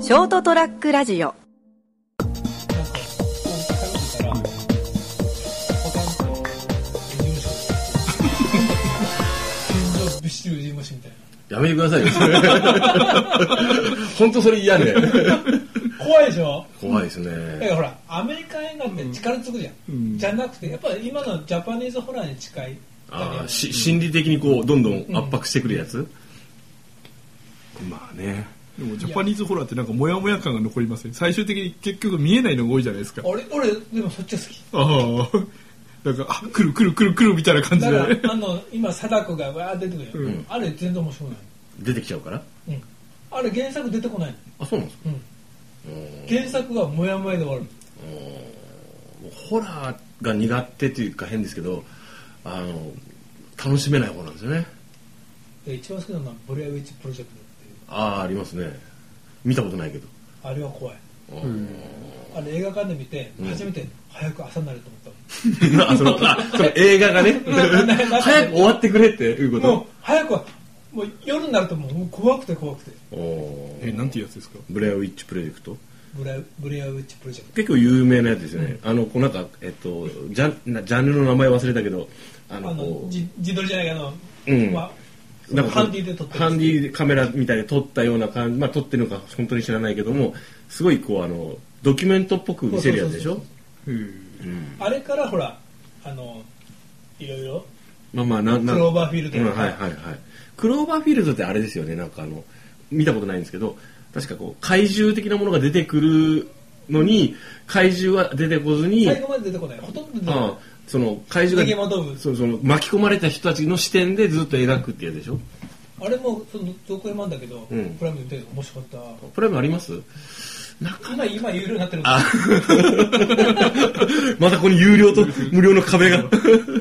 ショートトラックラジオ。 やめてくださいよ本当それ嫌ね怖いでしょ。 怖いですね。 だからほらアメリカ映画って力つくじゃん、じゃなくてやっぱり今のジャパニーズホラーに近い。 心理的にこうどんどん圧迫してくるやつ、まあね。 でもジャパニーズホラーってなんかモヤモヤ感が残りません？最終的に結局見えないのが多いじゃないですか。 俺でもそっちが好き。なんか来るみたいな感じで。 だから今貞子がわー出てくるよ、あれ全然面白くない。 出てきちゃうから、 あれ原作出てこないの。 あ、そうなんですか。 原作はモヤモヤで終わる。 ホラーが苦手というか変ですけど、楽しめない方なんですよね。 一番好きなのはブレアウィッチプロジェクトっていう。 ありますね。見たことないけど。 あれは怖い。あれ映画館で見て初めて早く朝になると思ったその映画がね早く終わってくれっていうこと。 もう早くはもう夜になるともう怖くてなんていうやつですか？ ブレアウィッチプロジェクト。 ブレアウィッチプロジェクト結構有名なやつですよね。こうなんかジャンルの名前忘れたけど、 自撮りじゃないなんかハンディで撮ってる。 ハンディカメラみたいで撮ったような感じ、撮ってるのか本当に知らないけども、すごいこうドキュメントっぽく見せるやつでしょ。 あれからほらいろいろクローバーフィールド、 クローバーフィールドってあれですよね。なんか見たことないんですけど、確かこう怪獣的なものが出てくるのに怪獣は出てこずに、 最後まで出てこない。ほとんど出てこない。 その怪獣がその巻き込まれた人たちの視点でずっと描くってやつでしょ。 あれもその続編なんだけど、プライムで見て面白かった。 プライムあります？ 今有料になってるんまたここに有料と無料の壁が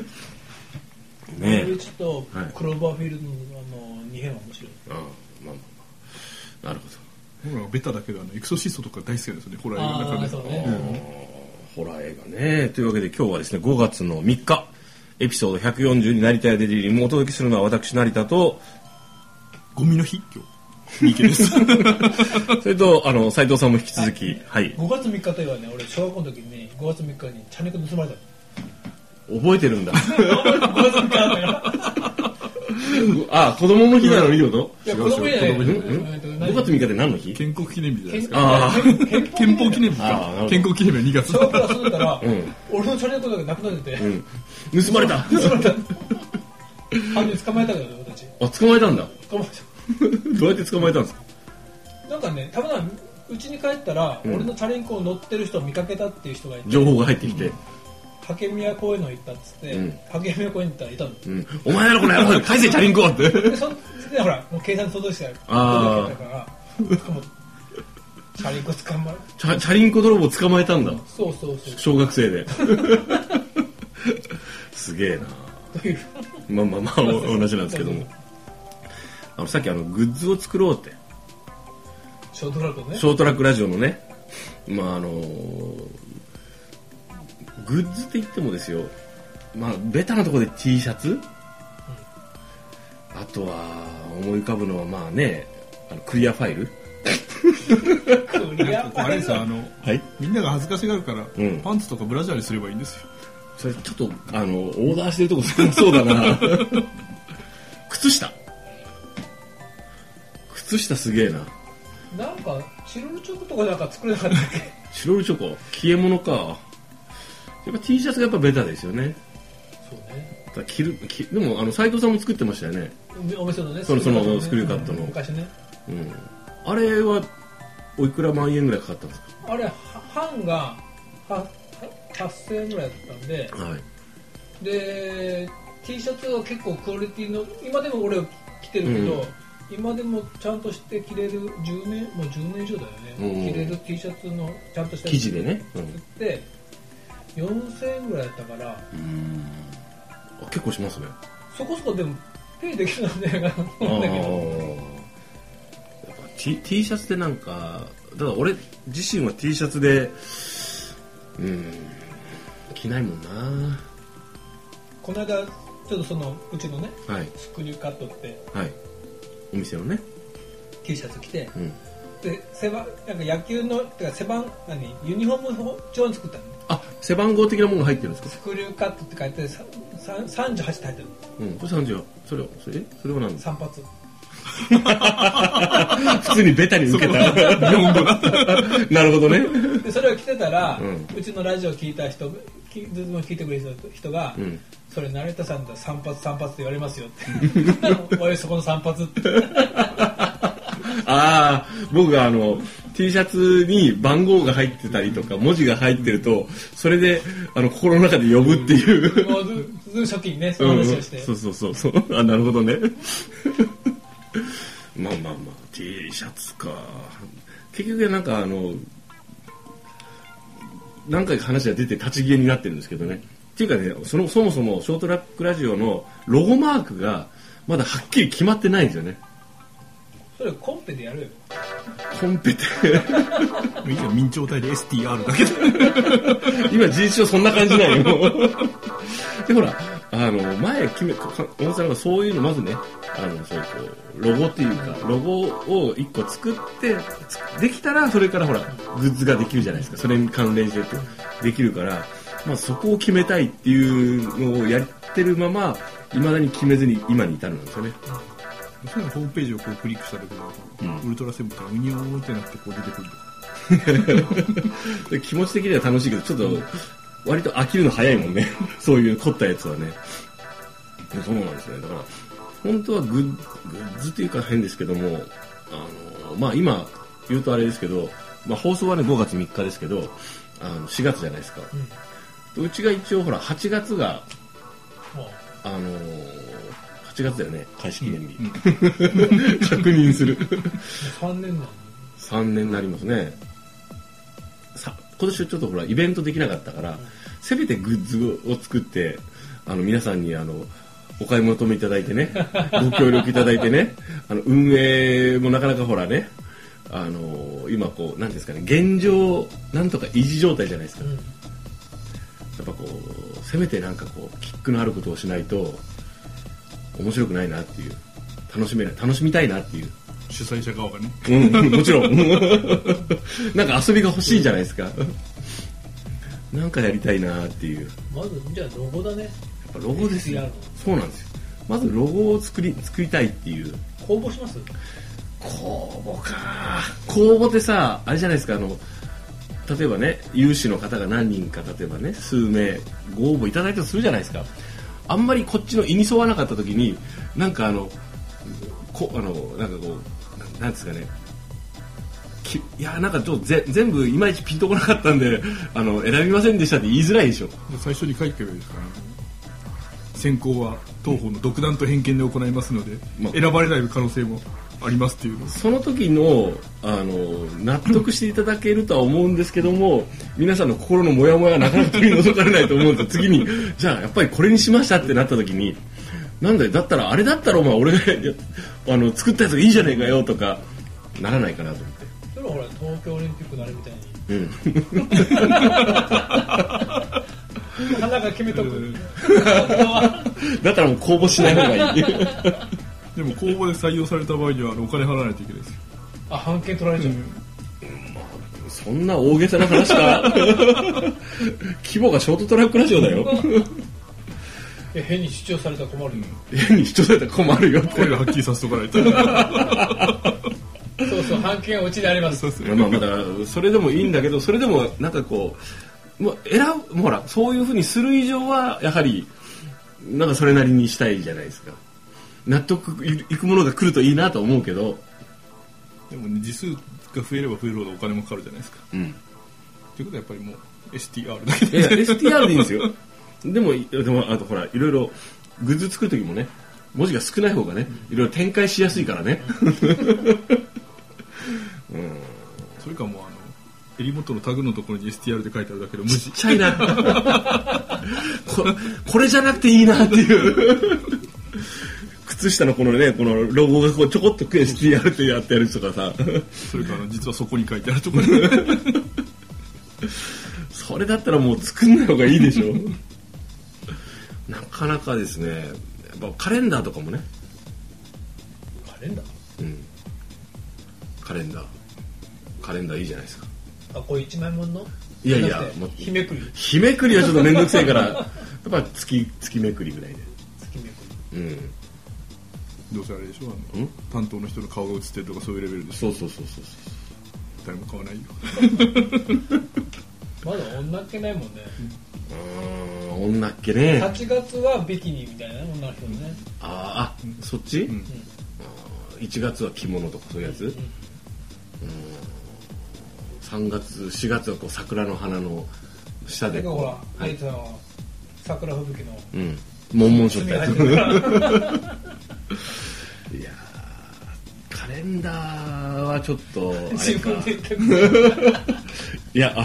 ね。ちょっとクローバーフィールドの2編は面白い。 なるほど。 ホラーベタだけどエクソシストとか大好きなんですよね。ホラー映画の中で。 ホラー映画ね。というわけで今日はですね、5月の3日エピソード140に成田屋デリリンをお届けするのは私成田とゴミの日今日三池ですそれと斉藤さんも引き続き、 5月3日といえばね、俺小学校の時に5月3日にチャネコ盗まれた。 覚えてるんだ 5月3日だったよ子供の日なのにってこと？ いや子供の日じゃない。 5月3日って何の日？ 建国記念日じゃないですか。憲法記念日か。建国記念日は2月。 小学校から住んだら、俺のチャネコだけなくなってて、 盗まれた。 犯人捕まえたけどね、俺たち。 捕まえたんだ。 捕まえた。どうやって捕まえたんですか？ なんかね、たまたまうちに帰ったら、俺のチャリンコを乗ってる人を見かけたっていう人がいて、 情報が入ってきて、 竹宮公園の行ったっつって、竹宮公園に行ったらいたの。 お前らこの野郎返せチャリンコってでそでほらもう警察届いてたからチャリンコ捕まえチャリンコ泥棒捕まえたんだ。 そう小学生ですげえな。同じなんですけども、さっきグッズを作ろうってショートラックね、 ショートラックラジオのね、グッズって言ってもですよ、ベタなところで T シャツ、あとは思い浮かぶのはクリアファイルあれさみんなが恥ずかしがるから、パンツとかブラジャーにすればいいんですよ。 それちょっとオーダーしてるとこ少なそうだな靴下すげえな。 なんかチロルチョコとかなんか作れなかったっけ？ チロルチョコ消え物か。やっぱ T シャツがやっぱベタですよね。 そうね。 でも斉藤さんも作ってましたよね。 お店のね。 そのスクリューカットの。 昔ね。 あれはおいくら万円ぐらいかかったんですか？ あれ版が8000円ぐらいだったんで。で T シャツは結構クオリティの今でも俺は着てるけど。今でもちゃんとして着れるもう10年以上だよね。着れる T シャツのちゃんとした生地でね、 作って4000円ぐらいだったから、 結構しますね。 そこそこでもペイできるんじゃないかなと思うんだけど。 やっぱ T シャツってなんかだから俺自身は T シャツで着ないもんな。 この間ちょっとうちのね、スクリューカットって、 お店のね T シャツ着て、 ってなんか野球のてかユニフォーム調に作ったのね。 あ、背番号的なものが入ってるんですか？ スクリューカットって書いて38って入ってる。 うん、これ30。それは何？ 散髪。 普通にベタに受けた。なるほどね。 でそれを着てたら、うちのラジオ聞いた人、ずっと聞いてくれた人が、それ成田さんだ散髪って言われますよって。おいそこの散髪って。 ああ、僕がT シャツに番号が入ってたりとか文字が入ってると、それで心の中で呼ぶっていう。 もう初期にね、その話をして。 そう。あ、なるほどね。まあ T シャツか。結局なんか何回か話が出て立ち消えになってるんですけどね。っていうかね、そもそもショートラックラジオのロゴマークがまだはっきり決まってないんですよね。 それコンペでやるよ。 コンペっていいじゃん、明朝体で STR だけで。 今事実上そんな感じなんよ。でほら前小野さんがそういうのまずね、そうロゴっていうかロゴを1個作ってできたら、それからほらグッズができるじゃないですか。それに関連してできるから、まあ、そこを決めたいっていうのをやってるまま未だに決めずに今に至るんですよね。 そういうのホームページをこうクリックした時の、ウルトラセブンからウニョーってなってこう出てくるとか。 気持ち的には楽しいけど、ちょっと割と飽きるの早いもんね。そういう凝ったやつはね。そうなんですね。だから本当はグッズっていうか変ですけども、まあ今言うとあれですけど、まあ放送はね5月3日ですけど、4月じゃないですか。うちが一応ほら8月が8月だよね、開始記念日。確認する。3年になりますね。今年はちょっとほらイベントできなかったから、せめてグッズを作って皆さんにお買い求めいただいてね、ご協力いただいてね、運営もなかなかほらね、今こうなんですかね、現状なんとか維持状態じゃないですか。やっぱこうせめてなんかこうキックのあることをしないと面白くないなっていう、楽しみたいなっていう。 主催者側がね。 もちろん。なんか遊びが欲しいじゃないですか。なんかやりたいなっていう。 まずじゃあロゴだね。やっぱロゴですよ。そうなんですよ。まずロゴを作りたいっていう。 公募します？ 公募か。公募ってさ、あれじゃないですか、例えばね、有志の方が何人か、例えばね、数名ご応募いただいたとするじゃないですか。あんまりこっちの意に沿わなかった時に、なんかなんかこうなんですかね、いやなんかちょっと全部いまいちピンとこなかったんで選びませんでしたって言いづらいでしょ。 最初に書いてくればいいですから、選考は当方の独断と偏見で行いますので、選ばれない可能性もありますっていうの。 その時の納得していただけるとは思うんですけども、皆さんの心のモヤモヤがなかなか取り除かれないと思うんですよ。次にじゃあやっぱりこれにしましたってなった時に、なんだったらあれだったらお前俺が作ったやつがいいじゃねえかよとかならないかなと思って。 それはほら東京オリンピックなるみたいに。花が決めとく。 だったらもう公募しない方がいい。 でも公募で採用された場合にはお金払わないといけないですよ。 あ、半券取られちゃう。 そんな大げさな話か。規模がショートトラックラジオだよ。 変に主張されたら困るよ。 変に主張されたら困るよ。 声がはっきりさせておかないと。 そう半券はうちであります。 まあだからそれでもいいんだけど、それでもなんかこうもうほらそういう風にする以上はやはりなんかそれなりにしたいじゃないですか。納得いくものが来るといいなと思うけど、 でもね、字数が増えれば増えるほどお金もかかるじゃないですか。ということはやっぱりもう STR だけで。 いや STR でいいんですよ。でもあとほらいろいろグッズ作る時もね、文字が少ない方がね、いろいろ展開しやすいからね。 それかもう襟元のタグのところに STR で書いてあるだけで無視。 ちっちゃいな。これじゃなくていいなっていう。靴下のこのロゴがこうちょこっとSTR ってやってやるとかさ。 それから実はそこに書いてあるところ。 それだったらもう作んない方がいいでしょ。なかなかですね。やっぱカレンダーとかもね。 カレンダー？ カレンダー。 カレンダーいいじゃないですか。 あ、これ1枚もんの？ いやいや、 日めくり。 日めくりはちょっとめんどくせえからやっぱ月めくりぐらいで。 月めくり。 うん。 どうせあれでしょ、担当の人の顔が映ってるとかそういうレベルでしょ。 そう誰も買わないよ。 まだ女っ気ないもんね。 女っ気ね。 8月はビキニみたいなね、女の人ね。 そっち、1月は着物とかそういうやつ、3月4月はこう桜の花の下でこう、 ほら、あいつの桜吹雪のモンモンショットやつ。いやカレンダーはちょっとあれか。自分で言っていや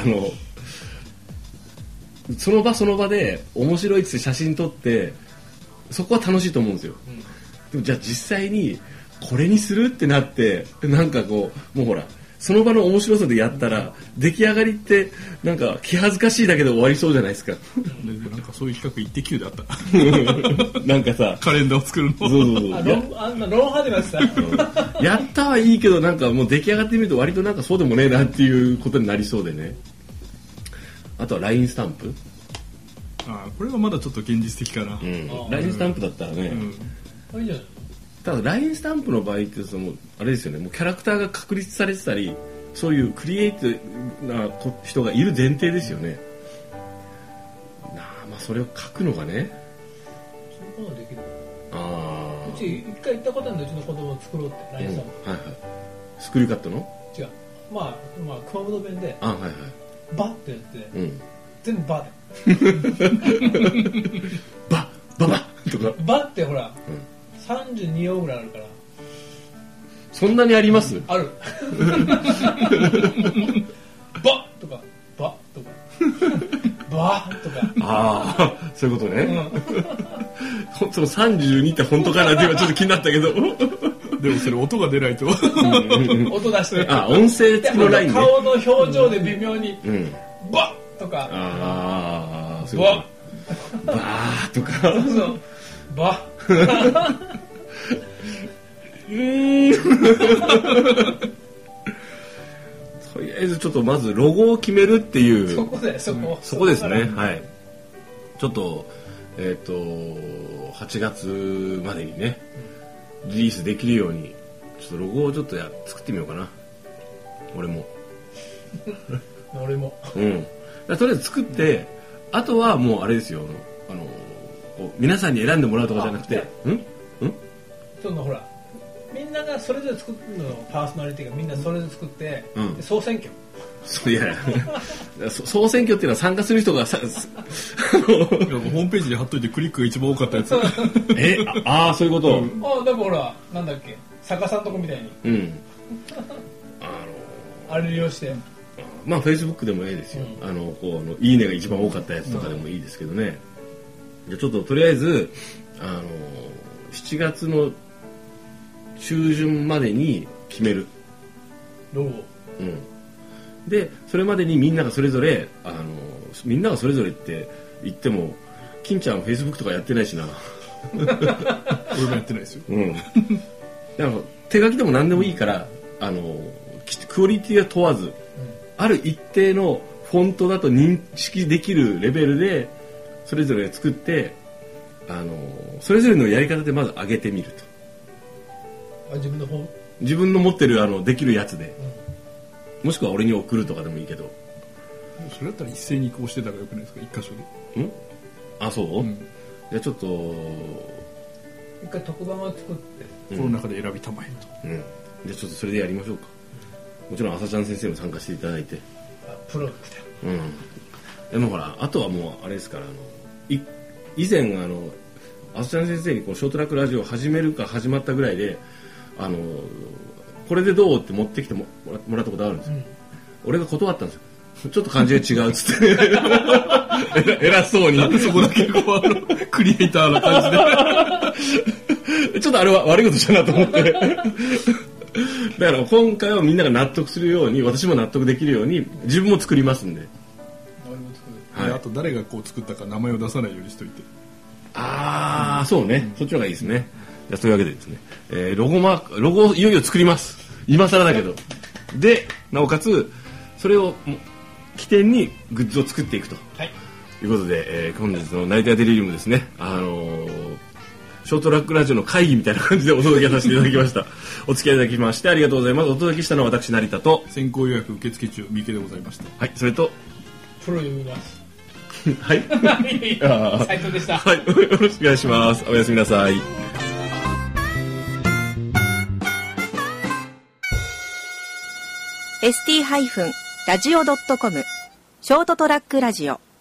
その場その場で面白いって写真撮ってそこは楽しいと思うんですよ、でもじゃあ実際にこれにするってなってなんかこうもうほらその場の面白さでやったら出来上がりってなんか気恥ずかしいだけで終わりそうじゃないですか。 なんかそういう企画イッテ Q であった。 なんかさカレンダーを作るの。 あんなロンハーでました。 やったはいいけどなんかもう出来上がってみると割となんかそうでもねえなっていうことになりそうでね。あとは LINE スタンプ。 これはまだちょっと現実的かな。 LINE スタンプだったらね。 いいじゃない。 ただ LINE スタンプの場合ってもうあれですよね、もうキャラクターが確立されてたりそういうクリエイティブな人がいる前提ですよね。まあそれを書くのがね、 そういうことできる。うち一回行ったことあるんで、うちの子供を作ろうって LINE スタンプ、 スクリューカットの違う、まあ熊本弁でバッてやって、全部バッバとかバッってほら、32行ぐらいあるから。 そんなにあります？ ある。バッとかバッとかバッとか。 そういうことね。その32って本当かなって今ちょっと気になったけど。 でもそれ音が出ないと。音出して。 音声付きのラインね。 顔の表情で微妙にバッとか。 そういうこと。バーとか。 そうバッ。 とりあえずちょっとまずロゴを決めるっていうそこですね。はい。ちょっと8月までにねリリースできるようにちょっとロゴをちょっと作ってみようかな。俺も。とりあえず作って、あとはもうあれですよ、皆さんに選んでもらうとかじゃなくて、 そのほらみんながそれぞれ作るの、パーソナリティがみんなそれぞれ作って、総選挙。 いや総選挙っていうのは参加する人がホームページで貼っといてクリックが一番多かったやつ。 そういうこと。 でもほらなんだっけ、坂さんとこみたいに。あれ利用して。 まあ Facebook でもいいですよ。いいねが一番多かったやつとかでもいいですけどね。じゃあちょっととりあえず7月の中旬までに決める。 ロゴ。 でそれまでにみんながそれぞれみんながそれぞれって言っても金ちゃんは Facebook とかやってないしな。 俺もやってないですよ。 だから手書きでも何でもいいからクオリティは問わず、ある一定のフォントだと認識できるレベルでそれぞれ作ってそれぞれのやり方でまず上げてみると。自分の持ってるできるやつで、もしくは俺に送るとかでもいいけど。 それだったら一斉に移行してたらよくないですか、一箇所で。 そう、じゃあちょっと一回特番を作って、 この中で選びたまえと。 じゃあちょっとそれでやりましょうか。もちろん朝ちゃん先生も参加していただいて。 プロだ。 でもほらあとはもうあれですから、以前朝ちゃん先生にこうショートラックラジオを始めるか始まったぐらいでこれでどうって持ってきてもらったことあるんですよ。俺が断ったんですよ。ちょっと感じが違うっつって偉そうにそこだけクリエイターな感じでちょっとあれは悪いことしたなと思ってだから今回はみんなが納得するように、私も納得できるように自分も作りますんで。 あと誰がこう作ったか名前を出さないようにしといて。 そうね、そっちの方がいいですね。じゃあそういうわけでですね、ロゴいよいよ作ります。今更だけどでなおかつそれを起点にグッズを作っていくと、はい、いうことで、本日のナイターデリリウムですね、ショートラックラジオの会議みたいな感じでお届けさせていただきましたお付き合いいただきましてありがとうございます。お届けしたのは私成田と先行予約受付中三池でございました。 はい、それとプロ読みますはい斉藤でした。 はい、よろしくお願いします。おやすみなさい。 ST-radio.com ショートトラックラジオ